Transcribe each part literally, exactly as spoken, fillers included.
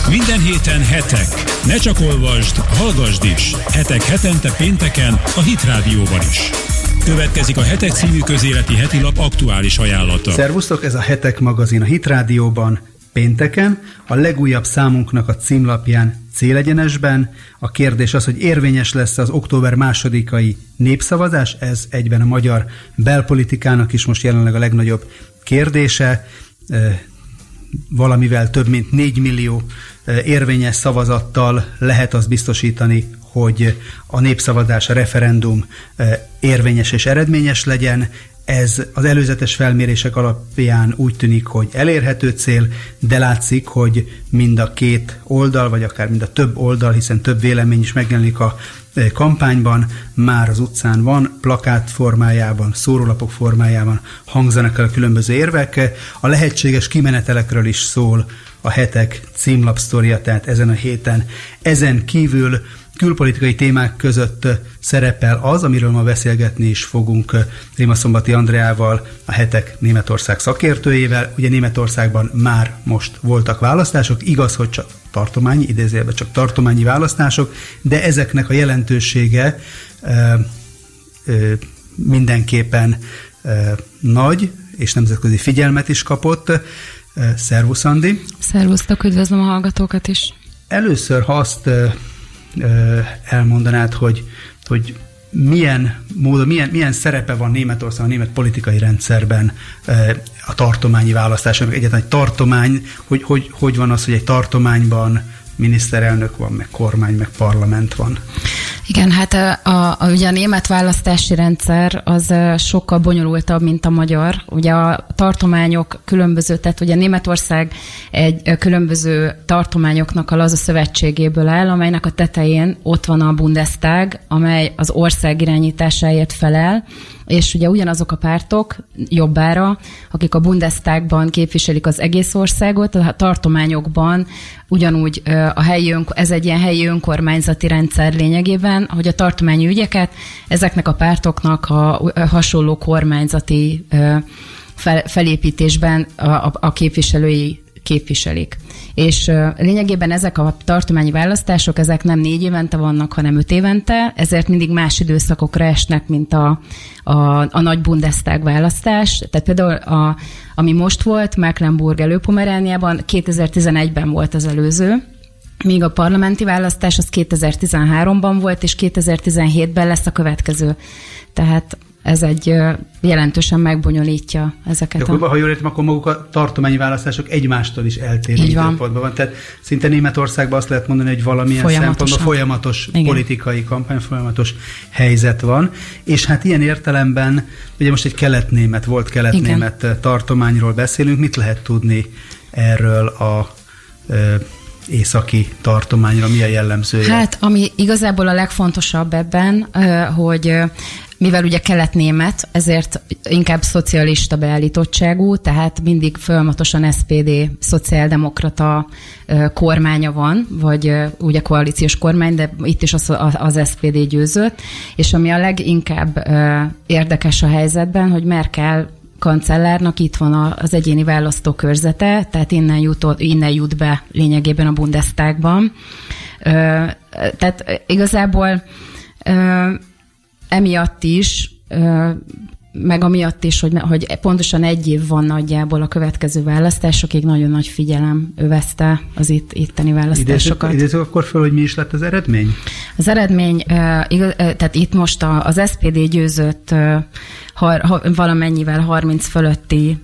Minden héten hetek. Ne csak olvasd, hallgasd is. Hetek hetente pénteken a Hit Rádióban is. Következik a Hetek című közéleti hetilap aktuális ajánlata. Szervusztok, ez a Hetek magazin a Hit Rádióban pénteken. A legújabb számunknak a címlapján célegyenesben. A kérdés az, hogy érvényes lesz az október másodikai népszavazás. Ez egyben a magyar belpolitikának is most jelenleg a legnagyobb kérdése. Valamivel több mint négy millió érvényes szavazattal lehet azt biztosítani, hogy a népszavazás, a referendum érvényes és eredményes legyen. Ez az előzetes felmérések alapján úgy tűnik, hogy elérhető cél, de látszik, hogy mind a két oldal, vagy akár mind a több oldal, hiszen több vélemény is megjelenik a kampányban, már az utcán van, plakát formájában, szórólapok formájában hangzanak el a különböző érvek. A lehetséges kimenetelekről is szól a Hetek címlapsztoria, tehát ezen a héten. Ezen kívül külpolitikai témák között szerepel az, amiről ma beszélgetni is fogunk Rimaszombathy Andreával, a Hetek Németország szakértőjével. Ugye Németországban már most voltak választások, igaz, hogy csak tartományi, idézőjelben csak tartományi választások, de ezeknek a jelentősége ö, ö, mindenképpen ö, nagy, és nemzetközi figyelmet is kapott. Szervusz, Andi! Szervusztok, üdvözlöm a hallgatókat is! Először, ha azt ö, ö, elmondanád, hogy, hogy milyen módon, milyen, milyen szerepe van Németország a német politikai rendszerben a tartományi választások, egyáltalán egy tartomány, hogy, hogy, hogy van az, hogy egy tartományban miniszterelnök van, meg kormány, meg parlament van? Igen, hát a, a, a, ugye a német választási rendszer az sokkal bonyolultabb, mint a magyar. Ugye a tartományok különböző, tehát ugye Németország egy különböző tartományoknak a laza szövetségéből áll, amelynek a tetején ott van a Bundestag, amely az ország irányításáért felel, és ugye ugyanazok a pártok jobbára, akik a Bundestagban képviselik az egész országot, a tartományokban ugyanúgy a helyi ön, ez egy ilyen helyi önkormányzati rendszer lényegében, hogy a tartományi ügyeket ezeknek a pártoknak a hasonló kormányzati fel, felépítésben a, a, a képviselői képviselik. És uh, lényegében ezek a tartományi választások, ezek nem négy évente vannak, hanem öt évente, ezért mindig más időszakokra esnek, mint a, a, a nagy Bundestag választás. Tehát például, a, ami most volt, Mecklenburg-Előpomerániában, kétezer-tizenegyben volt az előző, míg a parlamenti választás az kétezer-tizenháromban volt, és kétezer-tizenhétben lesz a következő. Tehát ez egy jelentősen megbonyolítja ezeket. De akkor, a... ha jól értem, akkor maguk a tartományi választások egymástól is eltérő időpontban van. Tehát szinte Németországban azt lehet mondani, hogy valamilyen szempontból folyamatos Igen. politikai kampány, folyamatos helyzet van. És hát ilyen értelemben, ugye most egy keletnémet, volt keletnémet Igen. tartományról beszélünk, mit lehet tudni erről a északi tartományra, mi a jellemzője? Hát, ami igazából a legfontosabb ebben, hogy mivel ugye keletnémet, ezért inkább szocialista beállítottságú, tehát mindig folyamatosan es pé dé, szociáldemokrata kormánya van, vagy ugye koalíciós kormány, de itt is az, az es pé dé győzött, és ami a leginkább érdekes a helyzetben, hogy Merkel kancellárnak itt van az egyéni választókörzete, tehát innen jut, innen jut be lényegében a Bundestagban. Tehát igazából emiatt is, meg amiatt is, hogy, hogy pontosan egy év van nagyjából a következő választásokig, nagyon nagy figyelem övezte az itt, itteni választásokat. Idézzük akkor fel, hogy mi is lett az eredmény? Az eredmény, tehát itt most az es pé dé győzött valamennyivel harminc fölötti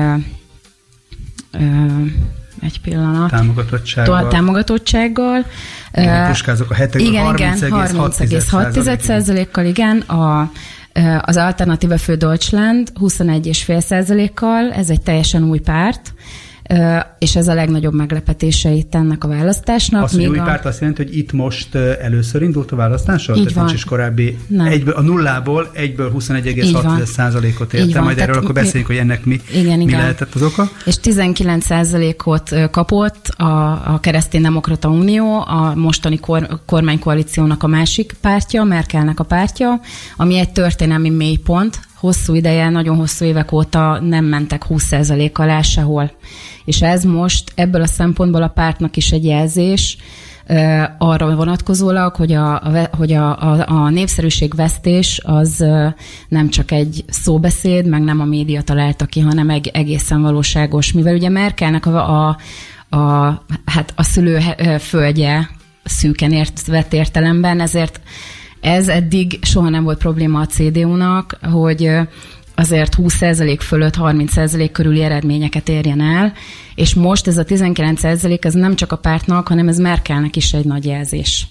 egy pillanat. Támogatottsággal. Támogatottsággal. Igen, puskázok a hetekből harminc egész hat százalékkal, igen. A, az Alternative für Deutschland huszonegy egész öt százalékkal, ez egy teljesen új párt, és ez a legnagyobb meglepetése itt ennek a választásnak. Azt, hogy új a... párt azt jelenti, hogy itt most először indult a választáson? Így Tehát van. nincs is korábbi egyből, a nullából egyből huszonegy egész hat százalékot érte, majd erről akkor beszéljünk, hogy ennek mi, igen, mi igen. lehetett az oka. És tizenkilenc százalékot kapott a, a Kereszténydemokrata Unió, a mostani kor, kormánykoalíciónak a másik pártja, Merkelnek a pártja, ami egy történelmi mélypont hosszú ideje, nagyon hosszú évek óta nem mentek húsz százalék alá sehol. És ez most ebből a szempontból a pártnak is egy jelzés, arra vonatkozólag, hogy a, a, hogy a, a, a népszerűségvesztés az nem csak egy szóbeszéd, meg nem a média találta ki, hanem egy egészen valóságos, mivel ugye Merkelnek a, a, a, hát a szülőföldje szűken ért, vett értelemben, ezért ez eddig soha nem volt probléma a cé dé u-nak, hogy azért húsz százalék fölött harminc százalék körüli eredményeket érjen el, és most ez a tizenkilenc százalék ez nem csak a pártnak, hanem ez Merkelnek is egy nagy jelzés.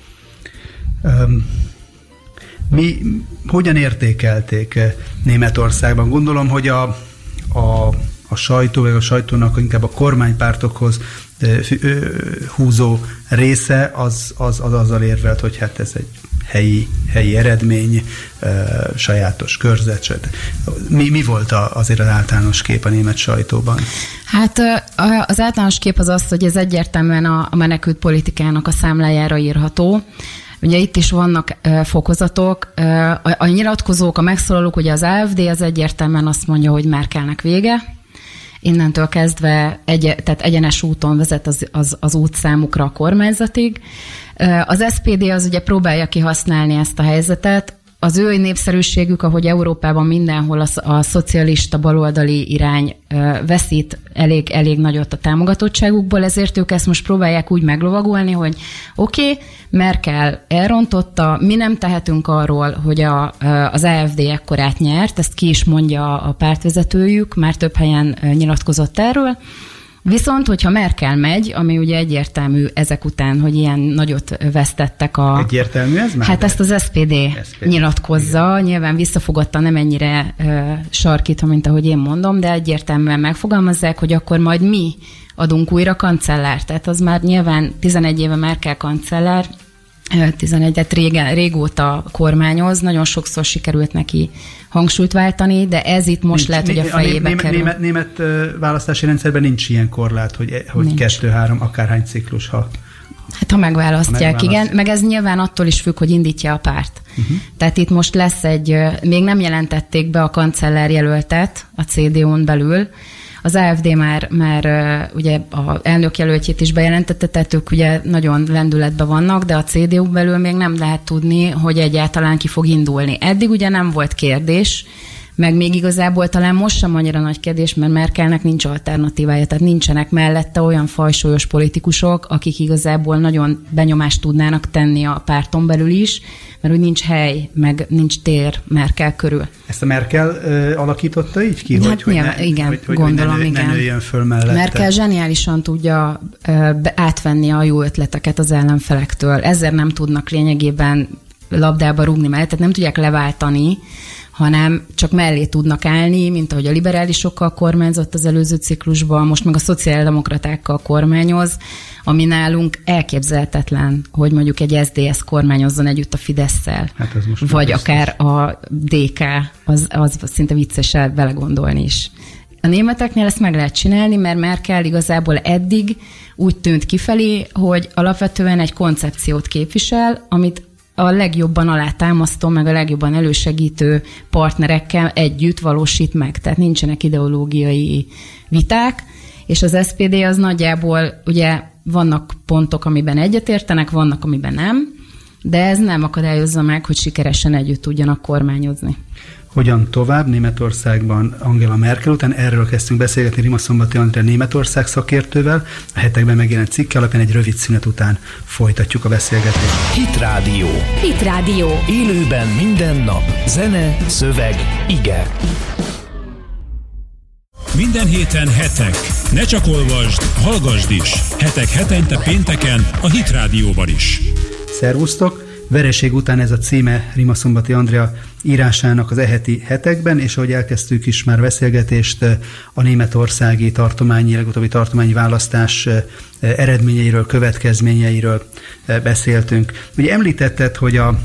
Um, mi hogyan értékelték Németországban? Gondolom, hogy a, a, a sajtó, vagy a sajtónak inkább a kormánypártokhoz húzó része az, az, az azzal érvelt, hogy hát ez egy helyi, helyi eredmény, sajátos körzet. Mi, mi volt a, azért az általános kép a német sajtóban? Hát az általános kép az az, hogy ez egyértelműen a, a menekült politikának a számlájára írható. Ugye itt is vannak uh, fokozatok. Uh, a, a nyilatkozók, a megszólalók, ugye az á ef dé az egyértelműen azt mondja, hogy Merkelnek vége. Innentől kezdve egy, tehát egyenes úton vezet az, az, az út számukra a kormányzatig. Az es pé dé az ugye próbálja kihasználni ezt a helyzetet. Az ő népszerűségük, ahogy Európában mindenhol a, a szocialista baloldali irány veszít elég, elég nagyot a támogatottságukból, ezért ők ezt most próbálják úgy meglovagolni, hogy oké, okay, Merkel elrontotta, mi nem tehetünk arról, hogy a, az á ef dé ekkorát nyert, ezt ki is mondja a pártvezetőjük, már több helyen nyilatkozott erről. Viszont, hogyha Merkel megy, ami ugye egyértelmű ezek után, hogy ilyen nagyot vesztettek a... Egyértelmű ez már? Hát ezt az es pé dé, es pé dé nyilatkozza, igen. Nyilván visszafogottan nem ennyire uh, sarkítva, mint ahogy én mondom, de egyértelműen megfogalmazzák, hogy akkor majd mi adunk újra kancellárt. Tehát az már nyilván tizenegy éve Merkel kancellár, tizenegy régen, régóta kormányoz, nagyon sokszor sikerült neki hangsúlyt váltani, de ez itt most nincs, lehet, hogy a fejébe a német, kerül. Német, német választási rendszerben nincs ilyen korlát, hogy, hogy kettő-három akárhány ciklus, ha... Hát ha megválasztják, ha megválasztják, igen. Meg ez nyilván attól is függ, hogy indítja a párt. Uh-huh. Tehát itt most lesz egy, még nem jelentették be a kancellár jelöltet a cé dé u-n belül. Az á ef dé már, már ugye a elnök jelöltjét is bejelentette, tehát ők ugye nagyon lendületben vannak, de a cé dé u belül még nem lehet tudni, hogy egyáltalán ki fog indulni. Eddig ugye nem volt kérdés, meg még igazából talán most sem annyira nagy kérdés, mert Merkelnek nincs alternatívája, tehát nincsenek mellette olyan fajsúlyos politikusok, akik igazából nagyon benyomást tudnának tenni a párton belül is, mert úgy nincs hely, meg nincs tér Merkel körül. Ezt a Merkel ö, alakította így ki? Hát hogy, hogy nyilván, ne, igen, hogy, hogy gondolom, ne, nő, igen. Ne nőjön föl mellette. Merkel zseniálisan tudja ö, be, átvenni a jó ötleteket az ellenfelektől. Ezért nem tudnak lényegében labdába rúgni mellett, tehát nem tudják leváltani, hanem csak mellé tudnak állni, mint ahogy a liberálisokkal kormányzott az előző ciklusban, most meg a szociáldemokratákkal kormányoz, ami nálunk elképzelhetetlen, hogy mondjuk egy es zé dé es kormányozzon együtt a Fidesszel, hát vagy akár a dé ká, az, az szinte vicces el vele gondolni is. A németeknél ezt meg lehet csinálni, mert Merkel igazából eddig úgy tűnt kifelé, hogy alapvetően egy koncepciót képvisel, amit a legjobban alátámasztó, meg a legjobban elősegítő partnerekkel együtt valósít meg. Tehát nincsenek ideológiai viták, és az es pé dé az nagyjából, ugye vannak pontok, amiben egyetértenek, vannak, amiben nem, de ez nem akadályozza meg, hogy sikeresen együtt tudjanak kormányozni. Hogyan tovább Németországban Angela Merkel után? Erről kezdtünk beszélgetni Rimaszombathy Andrea Németország szakértővel. A hetekben megjelent cikke alapján egy rövid szünet után folytatjuk a beszélgetést. Hit Rádió. Hit Rádió. Élőben minden nap. Zene, szöveg, ige. Minden héten hetek. Ne csak olvasd, hallgasd is. Hetek hetente pénteken a Hit Rádióban is. Szervusztok! Vereség után ez a címe Rimaszombathy Andrea írásának az e-heti hetekben, és ahogy elkezdtük is már beszélgetést, a németországi tartományi, legutóbbi tartományi választás eredményeiről, következményeiről beszéltünk. Ugye említetted, hogy a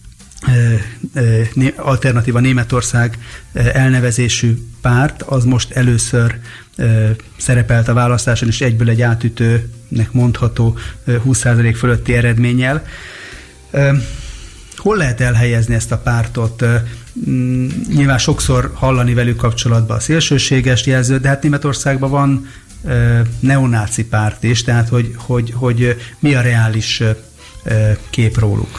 Alternatíva Németország elnevezésű párt, az most először szerepelt a választáson, és egyből egy átütőnek mondható húsz százalék fölötti eredménnyel. hol lehet elhelyezni ezt a pártot? Nyilván sokszor hallani velük kapcsolatban a szélsőséges jelző, de hát Németországban van neonáci párt is, tehát hogy, hogy, hogy mi a reális kép róluk?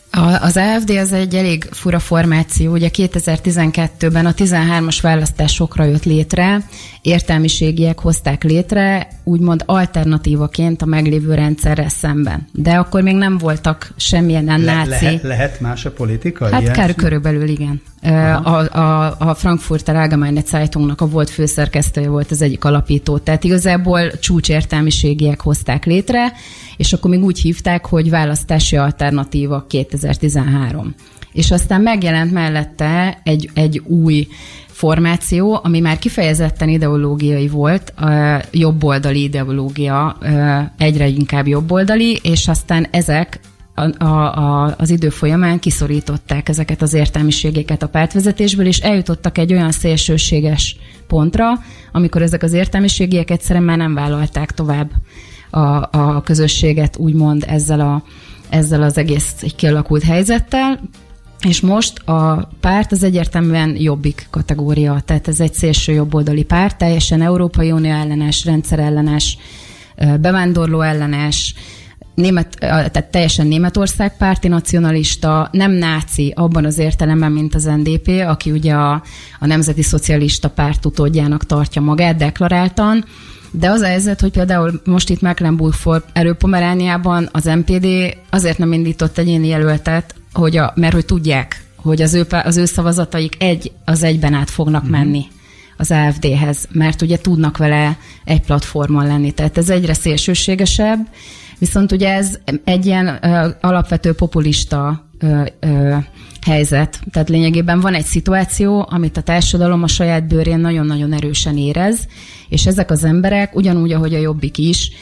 Az á ef dé az egy elég fura formáció, ugye kétezer-tizenkettőben a tizenhármas választásokra jött létre, értelmiségiek hozták létre, úgymond alternatívaként a meglévő rendszerrel szemben. De akkor még nem voltak semmilyen Le- náci... Lehet, lehet más a politika? Hát ilyen? kár körülbelül igen. A, a, a Frankfurter Allgemeine Zeitungnak a volt főszerkesztője volt az egyik alapító, tehát igazából csúcsértelmiségiek hozták létre, és akkor még úgy hívták, hogy választási alternatíva kétezer-tizenhárom. És aztán megjelent mellette egy, egy új formáció, ami már kifejezetten ideológiai volt, a jobboldali ideológia, egyre inkább jobboldali, és aztán ezek a, a, az idő folyamán kiszorították ezeket az értelmiségeket a pártvezetésből, és eljutottak egy olyan szélsőséges pontra, amikor ezek az értelmiségiek egyszerűen már nem vállalták tovább a, a közösséget, úgymond ezzel, a, ezzel az egész kialakult helyzettel, és most a párt az egyértelműen jobbik kategória, tehát ez egy szélső jobboldali párt, teljesen Európai Unió ellenes, rendszerellenes, bevándorló ellenes, Német, tehát teljesen Németország párti nacionalista, nem náci abban az értelemben, mint az en dé pé, aki ugye a, a Nemzeti Szocialista Párt utódjának tartja magát deklaráltan, de az a helyzet, hogy például most itt Mecklenburg-Vorpomerániában az em pé dé azért nem indított egyéni jelöltet, hogy a, mert hogy tudják, hogy az ő, az ő szavazataik egy az egyben át fognak mm-hmm. menni az á ef déhez, mert ugye tudnak vele egy platformon lenni. Tehát ez egyre szélsőségesebb, viszont ugye ez egy ilyen ö, alapvető populista ö, ö, helyzet. Tehát lényegében van egy szituáció, amit a társadalom a saját bőrén nagyon-nagyon erősen érez, és ezek az emberek, ugyanúgy, ahogy a Jobbik is,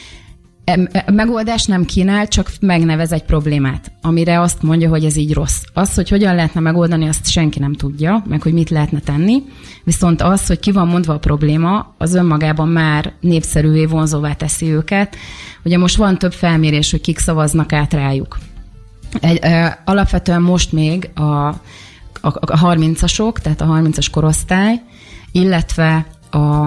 megoldást nem kínál, csak megnevez egy problémát, amire azt mondja, hogy ez így rossz. Az, hogy hogyan lehetne megoldani, azt senki nem tudja, meg hogy mit lehetne tenni, viszont az, hogy ki van mondva a probléma, az önmagában már népszerűvé, vonzóvá teszi őket. Ugye most van több felmérés, hogy kik szavaznak át rájuk. Egy, ö, alapvetően most még a, a, a harmincasok, tehát a harmincas korosztály, illetve a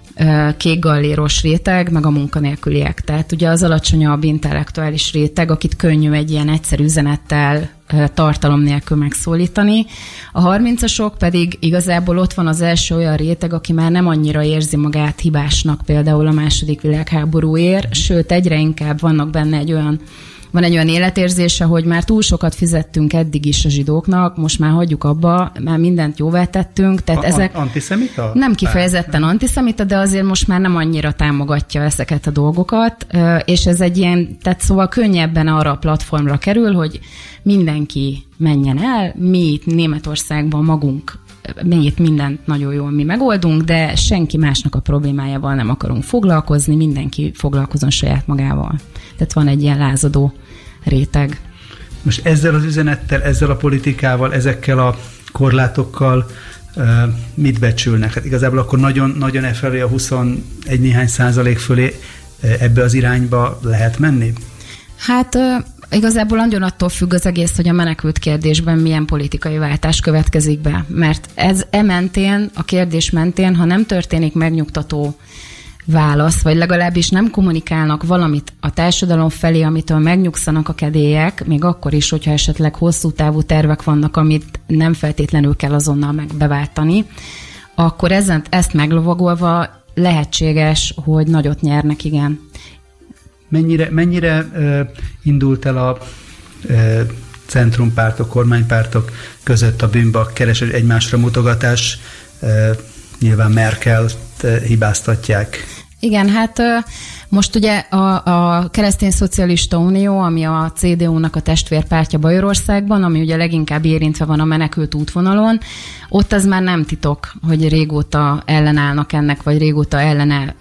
kék galléros réteg, meg a munkanélküliek. Tehát ugye az alacsonyabb intellektuális réteg, akit könnyű egy ilyen egyszerű üzenettel, tartalom nélkül megszólítani. A harmincasok pedig igazából ott van az első olyan réteg, aki már nem annyira érzi magát hibásnak például a második világháborúért, sőt egyre inkább vannak benne egy olyan Van egy olyan életérzése, hogy már túl sokat fizettünk eddig is a zsidóknak, most már hagyjuk abba, már mindent jóvá tettünk. Tehát a, ezek antiszemita? Nem kifejezetten antiszemita, de azért most már nem annyira támogatja ezeket a dolgokat, és ez egy ilyen, tehát szóval könnyebben arra a platformra kerül, hogy mindenki menjen el, mi itt Németországban magunk, mi itt mindent nagyon jól mi megoldunk, de senki másnak a problémájával nem akarunk foglalkozni, mindenki foglalkozon saját magával. Tehát van egy ilyen lázadó réteg. Most ezzel az üzenettel, ezzel a politikával, ezekkel a korlátokkal uh, mit becsülnek? Hát igazából akkor nagyon, nagyon e felé a huszonegy néhány százalék fölé ebbe az irányba lehet menni? Hát uh, igazából nagyon attól függ az egész, hogy a menekült kérdésben milyen politikai váltás következik be. Mert ez e mentén, a kérdés mentén, ha nem történik megnyugtató válasz, vagy legalábbis nem kommunikálnak valamit a társadalom felé, amitől megnyugszanak a kedélyek, még akkor is, hogyha esetleg hosszú távú tervek vannak, amit nem feltétlenül kell azonnal megbeváltani, akkor ezen, ezt meglovagolva lehetséges, hogy nagyot nyernek, igen. Mennyire, mennyire uh, indult el a uh, centrumpártok, kormánypártok között a bűnbak keresés, egymásra mutogatás, uh, nyilván Merkelt uh, hibáztatják. Igen, hát most ugye a, a Keresztény Szocialista Unió, ami a cé dé u-nak a testvérpártja Bajorországban, ami ugye leginkább érintve van a menekült útvonalon, ott az már nem titok, hogy régóta ellenállnak ennek, vagy régóta ellene,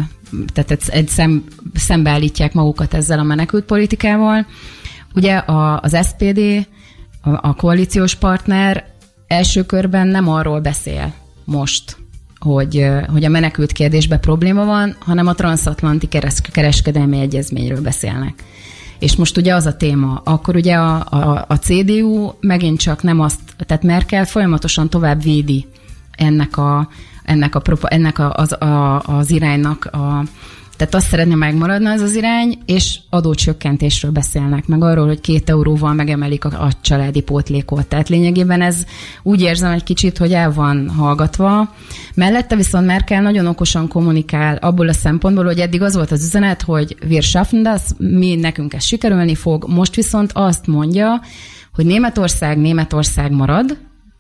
tehát egy szem, szembeállítják magukat ezzel a menekült politikával. Ugye a, az es pé dé, a, a koalíciós partner első körben nem arról beszél most, Hogy, hogy a menekült kérdésben probléma van, hanem a transzatlanti keres, kereskedelmi egyezményről beszélnek. És most ugye az a téma, akkor ugye a, a, a cé dé u megint csak nem azt, tehát Merkel folyamatosan tovább védi ennek, a, ennek, a, ennek a, az, a, az iránynak a Tehát azt szeretné megmaradni az az irány, és adócsökkentésről beszélnek, meg arról, hogy két euróval megemelik a, a családi pótlékot. Tehát lényegében ez úgy érzem egy kicsit, hogy el van hallgatva. Mellette viszont Merkel nagyon okosan kommunikál abból a szempontból, hogy eddig az volt az üzenet, hogy wir schaffen das, mi nekünk ez sikerülni fog. Most viszont azt mondja, hogy Németország, Németország marad,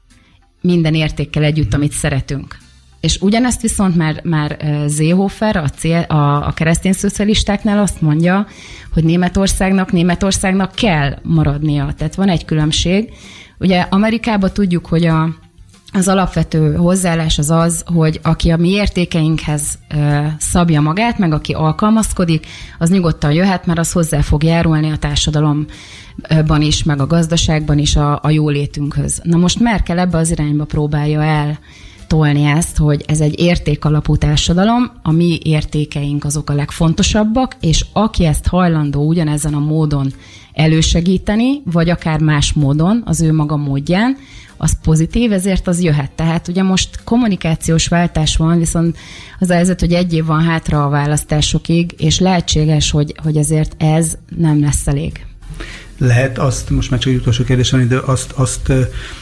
minden értékkel együtt, amit szeretünk. És ugyanezt viszont már, már Seehofer, a, cél, a, a keresztény szocialistáknál azt mondja, hogy Németországnak, Németországnak kell maradnia. Tehát van egy különbség. Ugye Amerikában tudjuk, hogy a, az alapvető hozzáállás az az, hogy aki a mi értékeinkhez e, szabja magát, meg aki alkalmazkodik, az nyugodtan jöhet, mert az hozzá fog járulni a társadalomban is, meg a gazdaságban is a, a jólétünkhöz. Na most Merkel ebbe az irányba próbálja el tolni ezt, hogy ez egy értékalapú társadalom, a mi értékeink azok a legfontosabbak, és aki ezt hajlandó ugyanezen a módon elősegíteni, vagy akár más módon, az ő maga módján, az pozitív, ezért az jöhet. Tehát ugye most kommunikációs váltás van, viszont az a helyzet, hogy egy év van hátra a választásokig, és lehetséges, hogy, hogy ezért ez nem lesz elég. Lehet azt, most már csak egy utolsó kérdésem, de azt, azt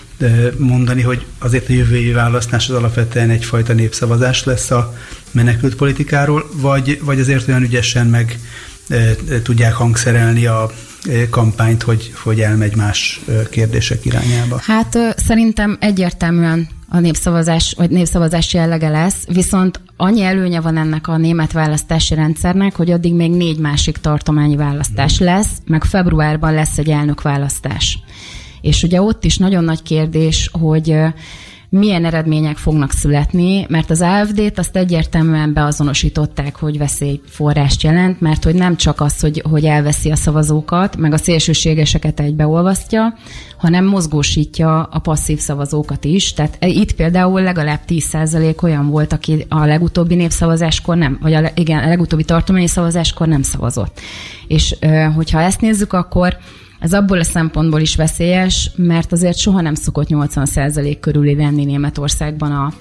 mondani, hogy azért a jövő évi választás az alapvetően egyfajta népszavazás lesz a menekült politikáról, vagy, vagy azért olyan ügyesen meg e, tudják hangszerelni a kampányt, hogy, hogy elmegy más kérdések irányába? Hát szerintem egyértelműen a népszavazás, vagy népszavazás jellege lesz, viszont annyi előnye van ennek a német választási rendszernek, hogy addig még négy másik tartományi választás lesz, meg februárban lesz egy elnökválasztás. És ugye ott is nagyon nagy kérdés, hogy milyen eredmények fognak születni, mert az á ef dét azt egyértelműen beazonosították, hogy veszélyforrást jelent, mert hogy nem csak az, hogy, hogy elveszi a szavazókat, meg a szélsőségeseket egybeolvasztja, hanem mozgósítja a passzív szavazókat is. Tehát itt például legalább tíz százalék olyan volt, aki a legutóbbi népszavazáskor nem, vagy a, igen, a legutóbbi tartományi szavazáskor nem szavazott. És hogyha ezt nézzük, akkor ez abból a szempontból is veszélyes, mert azért soha nem szokott nyolcvan százalék körüli lenni Németországban a,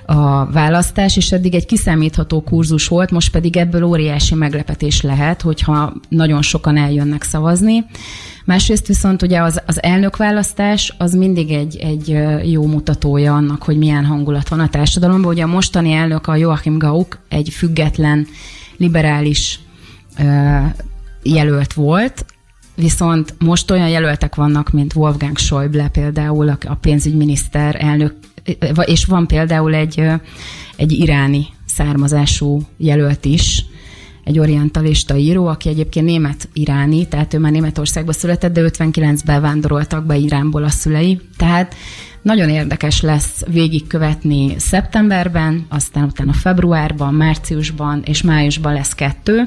a választás, és eddig egy kiszámítható kurzus volt, most pedig ebből óriási meglepetés lehet, hogyha nagyon sokan eljönnek szavazni. Másrészt viszont ugye az, az elnökválasztás az mindig egy, egy jó mutatója annak, hogy milyen hangulat van a társadalomban. Ugye a mostani elnök, a Joachim Gauck, egy független, liberális uh, jelölt volt, viszont most olyan jelöltek vannak, mint Wolfgang Schäuble például, a pénzügyminiszter elnök, és van például egy, egy iráni származású jelölt is, egy orientalista író, aki egyébként német-iráni, tehát ő már Németországba született, de ötvenkilencben vándoroltak be Iránból a szülei. Tehát nagyon érdekes lesz végigkövetni szeptemberben, aztán utána februárban, márciusban és májusban lesz kettő,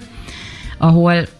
ahol uh,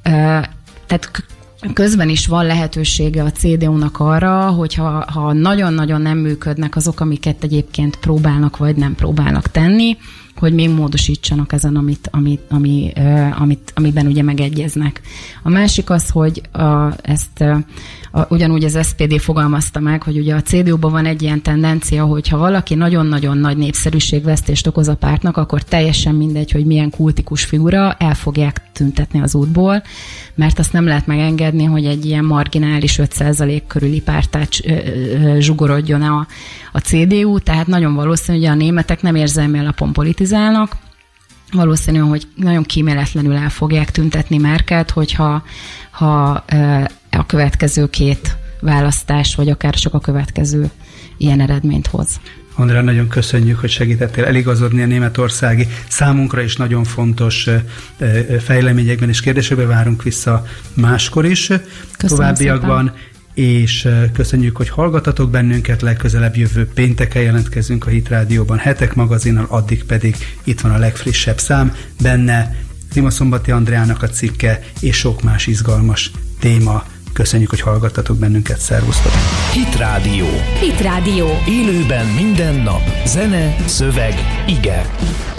tehát közben is van lehetősége a cé dé u-nak arra, hogyha ha nagyon-nagyon nem működnek azok, amiket egyébként próbálnak, vagy nem próbálnak tenni, hogy még módosítsanak ezen, amit, amit, ami, uh, amit, amiben ugye megegyeznek. A másik az, hogy a, ezt a, ugyanúgy az es pé dé fogalmazta meg, hogy ugye a cé dé u-ban van egy ilyen tendencia, hogy ha valaki nagyon-nagyon nagy népszerűségvesztést okoz a pártnak, akkor teljesen mindegy, hogy milyen kultikus figura, el fogják tüntetni az útból, mert azt nem lehet megengedni, hogy egy ilyen marginális öt százalék körüli pártát zsugorodjon a, a cé dé u, tehát nagyon valószínű, hogy a németek nem érzelmi alapon politizálnak, valószínű, hogy nagyon kíméletlenül el fogják tüntetni Merkelt, hogyha ha, a következő két választás, vagy akár csak a következő ilyen eredményt hoz. Andrea, nagyon köszönjük, hogy segítettél eligazodni a németországi, számunkra is nagyon fontos fejleményekben és kérdésekben. Várunk vissza máskor is, köszönöm továbbiakban. Szépen. És köszönjük, hogy hallgatatok bennünket, legközelebb jövő pénteken jelentkezünk a Hit Rádióban Hetek magazinnal, addig pedig itt van a legfrissebb szám, benne Rimaszombathy Andreának a cikke és sok más izgalmas téma. Köszönjük, hogy hallgattatok bennünket, szervusztok! Hit Rádió. Hit Rádió. Élőben minden nap. Zene, szöveg, ige.